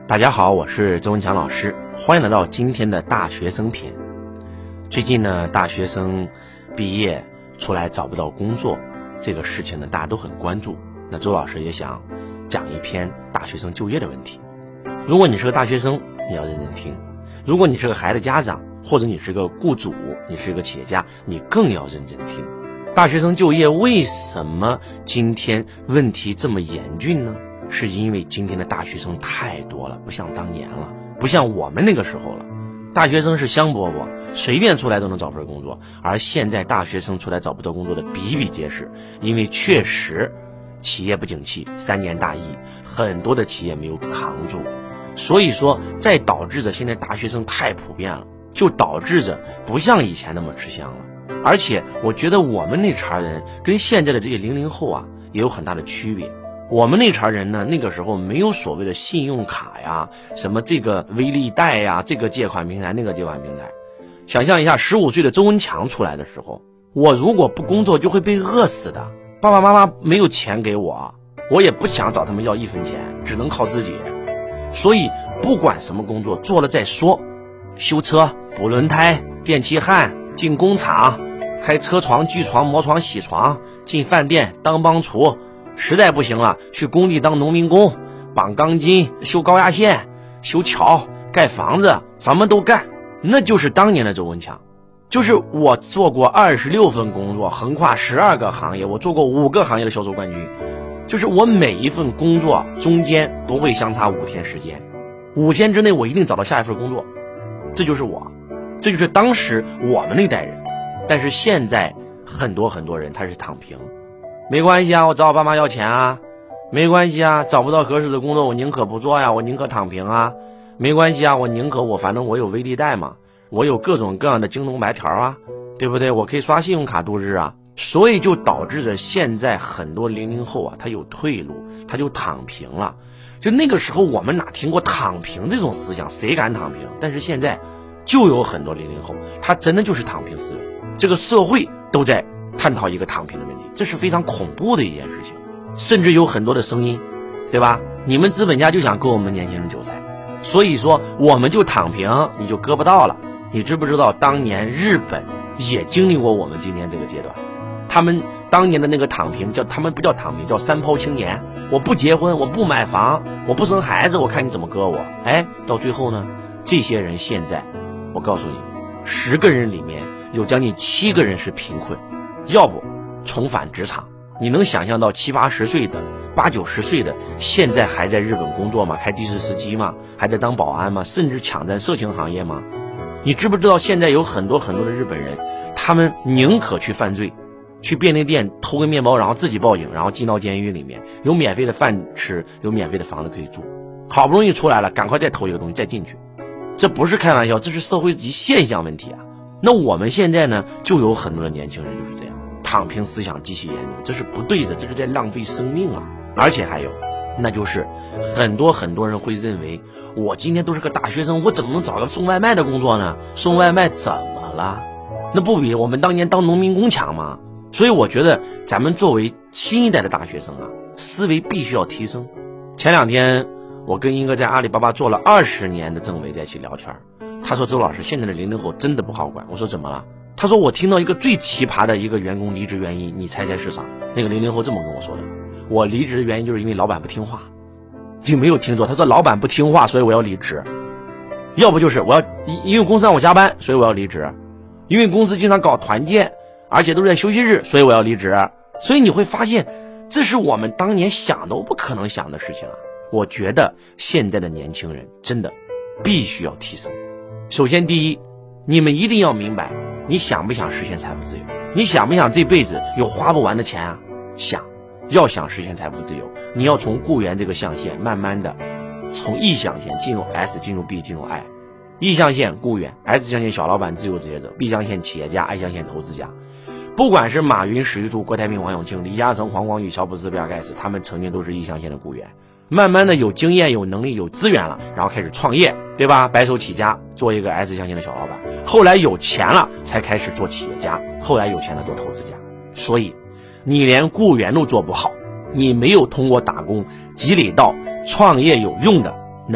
大家好，我是周文强老师，欢迎来到今天的大学生篇。最近呢，大学生毕业出来找不到工作这个事情呢，大家都很关注。那周老师也想讲一篇大学生就业的问题。如果你是个大学生，你要认真听；如果你是个孩子家长，或者你是个雇主，你是个企业家，你更要认真听。大学生就业为什么今天问题这么严峻呢？是因为今天的大学生太多了，不像当年了，不像我们那个时候了。大学生是香饽饽，随便出来都能找份工作，而现在大学生出来找不到工作的比比皆是。因为确实企业不景气，3年大疫，很多的企业没有扛住，所以说再导致着现在大学生太普遍了，就导致着不像以前那么吃香了。而且我觉得我们那茬人跟现在的这些00后啊也有很大的区别。我们那茬人呢，那个时候没有所谓的信用卡呀，什么这个微利贷呀，这个借款平台那个借款平台。想象一下15岁的周文强出来的时候，我如果不工作就会被饿死的，爸爸妈妈没有钱给我，我也不想找他们要1分钱，只能靠自己。所以不管什么工作做了再说，修车、补轮胎、电气焊、进工厂、开车床、锯床、磨床、洗床，进饭店当帮厨，实在不行了，去工地当农民工，绑钢筋、修高压线、修桥、盖房子，什么都干。那就是当年的周文强。就是我做过26份工作，横跨12个行业，我做过5个行业的销售冠军。就是我每一份工作中间不会相差5天时间，5天之内我一定找到下一份工作。这就是我，这就是当时我们那代人。但是现在很多人他是躺平，没关系啊，我找我爸妈要钱啊，没关系啊，找不到合适的工作我宁可不做呀，我宁可躺平啊，没关系啊，我宁可反正我有微利贷嘛，我有各种各样的京东白条啊，对不对？我可以刷信用卡度日啊。所以就导致着现在很多00后啊，他有退路，他就躺平了。就那个时候我们哪听过躺平这种思想，谁敢躺平？但是现在就有很多00后，他真的就是躺平思维。这个社会都在探讨一个躺平的问题，这是非常恐怖的一件事情。甚至有很多的声音，对吧？你们资本家就想割我们年轻人韭菜，所以说我们就躺平，你就割不到了。你知不知道当年日本也经历过我们今天这个阶段？他们当年的那个躺平他们不叫躺平，叫3抛青年。我不结婚，我不买房，我不生孩子，我看你怎么割我。到最后呢，这些人现在我告诉你，10个人里面有将近7个人是贫困，要不重返职场。你能想象到70、80岁的、80、90岁的现在还在日本工作吗？开的士司机吗？还在当保安吗？甚至抢占色情行业吗？你知不知道现在有很多的日本人，他们宁可去犯罪，去便利店偷个面包，然后自己报警，然后进到监狱里面，有免费的饭吃，有免费的房子可以住，好不容易出来了，赶快再偷一个东西再进去。这不是开玩笑，这是社会级现象问题啊。那我们现在呢，就有很多的年轻人就是这样，躺平思想极其严重，这是不对的，这是在浪费生命啊。而且还有，那就是很多人会认为，我今天都是个大学生，我怎么能找个送外卖的工作呢？送外卖怎么了？那不比我们当年当农民工强吗？所以我觉得咱们作为新一代的大学生啊，思维必须要提升。前2天我跟一个在阿里巴巴做了20年的政委在一起聊天，他说周老师，现在的00后真的不好管。我说怎么了？他说我听到一个最奇葩的一个员工离职原因，你猜是啥？那个00后这么跟我说的，我离职的原因就是因为老板不听话。你没有听错，他说老板不听话，所以我要离职。要不就是因为公司让我加班，所以我要离职。因为公司经常搞团建，而且都是在休息日，所以我要离职。所以你会发现，这是我们当年想都不可能想的事情啊。我觉得现在的年轻人真的必须要提升。首先第一，你们一定要明白，你想不想实现财富自由？你想不想这辈子有花不完的钱啊？要想实现财富自由，你要从雇员这个象限慢慢的从 E 象限进入 S， 进入 B， 进入 I。E 象限雇员， S 象限小老板自由职业者， B 象限企业家， I 象限投资家。不管是马云、史玉柱、郭台铭、王永庆、李嘉诚、黄光裕、乔布斯、比尔盖茨，他们曾经都是 E 象限的雇员。慢慢的有经验、有能力、有资源了，然后开始创业，对吧？白手起家，做一个 S 象限的小老板。后来有钱了，才开始做企业家，后来有钱了做投资家。所以你连雇员都做不好，你没有通过打工积累到创业有用的能力、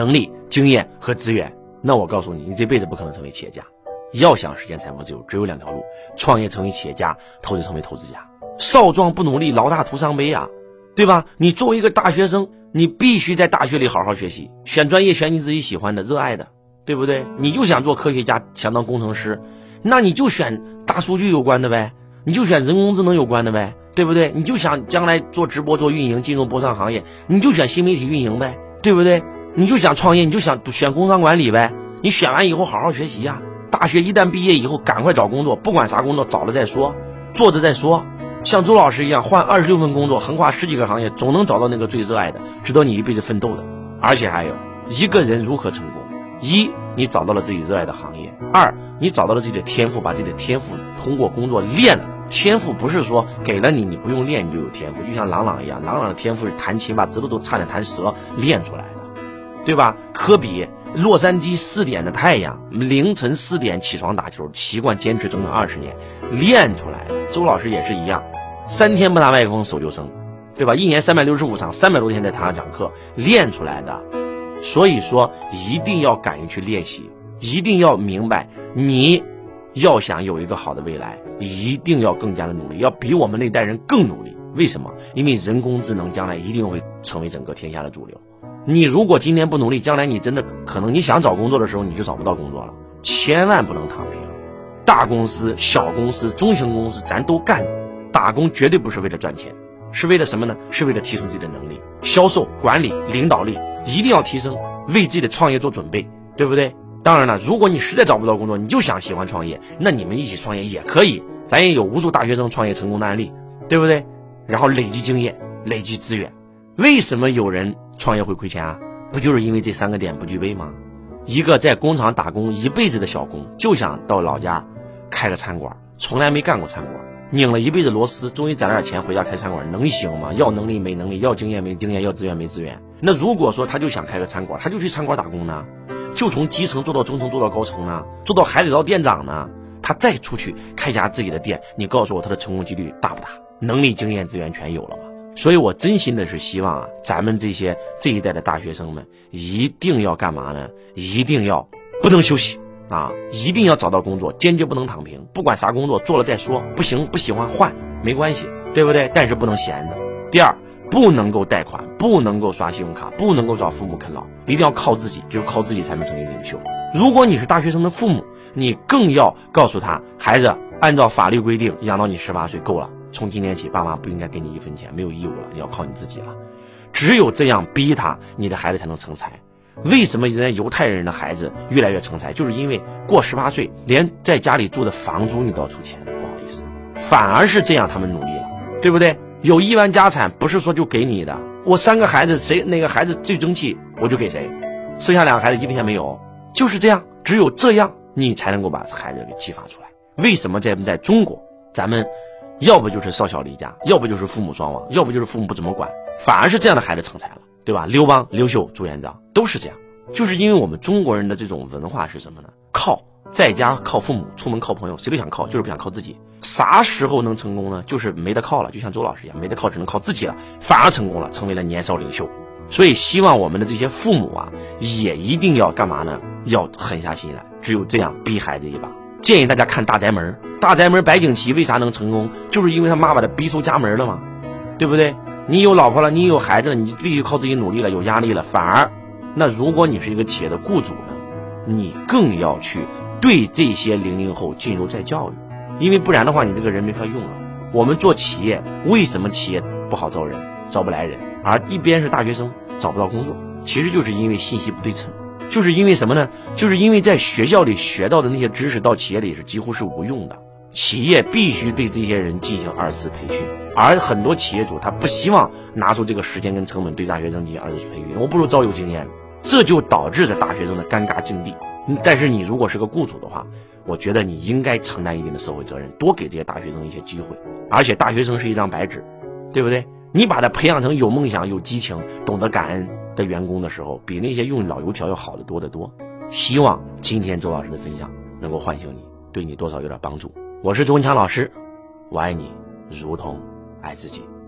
经验和资源，那我告诉你，你这辈子不可能成为企业家。要想实现财富自由，只有2条路：创业成为企业家，投资成为投资家。少壮不努力，老大徒伤悲啊，对吧？你作为一个大学生，你必须在大学里好好学习，选专业，选你自己喜欢的、热爱的，对不对？你就想做科学家，想当工程师，那你就选大数据有关的呗，你就选人工智能有关的呗，对不对？你就想将来做直播、做运营，进入播商行业，你就选新媒体运营呗，对不对？你就想创业，你就想选工商管理呗。你选完以后好好学习呀，大学一旦毕业以后赶快找工作，不管啥工作找了再说，做着再说。像周老师一样换26份工作，横跨10几个行业，总能找到那个最热爱的，值得你一辈子奋斗的。而且还有一个人如何成功：一，你找到了自己热爱的行业；二，你找到了自己的天赋，把自己的天赋通过工作练了。天赋不是说给了你，你不用练你就有天赋，就像郎朗一样，郎朗的天赋是弹琴把指头都差点弹折练出来的，对吧？科比洛杉矶4点的太阳，凌晨4点起床打球，习惯坚持整整20年练出来的。周老师也是一样，3天不拿麦克风手就生，对吧？1年365场，300多天在台上讲课练出来的。所以说一定要敢于去练习，一定要明白，你要想有一个好的未来，一定要更加的努力，要比我们那代人更努力。为什么？因为人工智能将来一定会成为整个天下的主流。你如果今天不努力，将来你真的可能你想找工作的时候你就找不到工作了。千万不能躺平，大公司、小公司、中型公司咱都干着，打工绝对不是为了赚钱，是为了什么呢？是为了提升自己的能力，销售、管理、领导力一定要提升，为自己的创业做准备，对不对？当然了，如果你实在找不到工作，你就想喜欢创业，那你们一起创业也可以，咱也有无数大学生创业成功的案例，对不对？然后累积经验，累积资源。为什么有人创业会亏钱啊？不就是因为这3个点不具备吗？一个在工厂打工一辈子的小工，就想到老家开个餐馆，从来没干过餐馆，拧了一辈子螺丝，终于攒点钱回家开餐馆，能行吗？要能力没能力，要经验没经验，要资源没资源。那如果说他就想开个餐馆，他就去餐馆打工呢，就从基层做到中层，做到高层呢，做到海底捞店长呢，他再出去开家自己的店，你告诉我他的成功几率大不大？能力、经验、资源全有了吗？所以我真心的是希望啊，咱们这一代的大学生们一定要干嘛呢？一定要不能休息啊，一定要找到工作，坚决不能躺平，不管啥工作做了再说，不行不喜欢换没关系，对不对？但是不能闲着。第二，不能够贷款，不能够刷信用卡，不能够找父母啃老，一定要靠自己，只有靠自己才能成为领袖。如果你是大学生的父母，你更要告诉他，孩子，按照法律规定养到你18岁够了，从今天起爸妈不应该给你1分钱，没有义务了，你要靠你自己了。只有这样逼他，你的孩子才能成才。为什么人家犹太人的孩子越来越成才？就是因为过18岁连在家里住的房租你都要出钱，不好意思，反而是这样他们努力了，对不对？有1万家产不是说就给你的，我3个孩子谁哪个孩子最争气我就给谁，剩下2个孩子1分钱没有，就是这样。只有这样你才能够把孩子给激发出来。为什么在中国咱们要不就是少小离家，要不就是父母双亡，要不就是父母不怎么管，反而是这样的孩子成才了，对吧？刘邦、刘秀、朱元璋都是这样，就是因为我们中国人的这种文化是什么呢？靠，在家靠父母，出门靠朋友，谁都想靠，就是不想靠自己。啥时候能成功呢？就是没得靠了，就像周老师一样，没得靠只能靠自己了，反而成功了，成为了年少领袖。所以希望我们的这些父母啊，也一定要干嘛呢？要狠下心来，只有这样逼孩子一把。建议大家看大宅门，大宅门白景琦为啥能成功？就是因为他妈把他逼出家门了嘛，对不对？你有老婆了，你有孩子了，你必须靠自己努力了，有压力了，反而那如果你是一个企业的雇主呢，你更要去对这些00后进入再教育，因为不然的话你这个人没法用了。我们做企业，为什么企业不好招人，招不来人，而一边是大学生找不到工作，其实就是因为信息不对称。就是因为什么呢？就是因为在学校里学到的那些知识到企业里是几乎是无用的，企业必须对这些人进行2次培训，而很多企业主他不希望拿出这个时间跟成本对大学生进行2次培训，我不如招有经验，这就导致了大学生的尴尬境地。但是你如果是个雇主的话，我觉得你应该承担一定的社会责任，多给这些大学生一些机会，而且大学生是一张白纸，对不对？你把他培养成有梦想、有激情、懂得感恩的员工的时候，比那些用老油条要好得多得多。希望今天周老师的分享能够唤醒你，对你多少有点帮助。我是周文强老师，我爱你如同爱自己。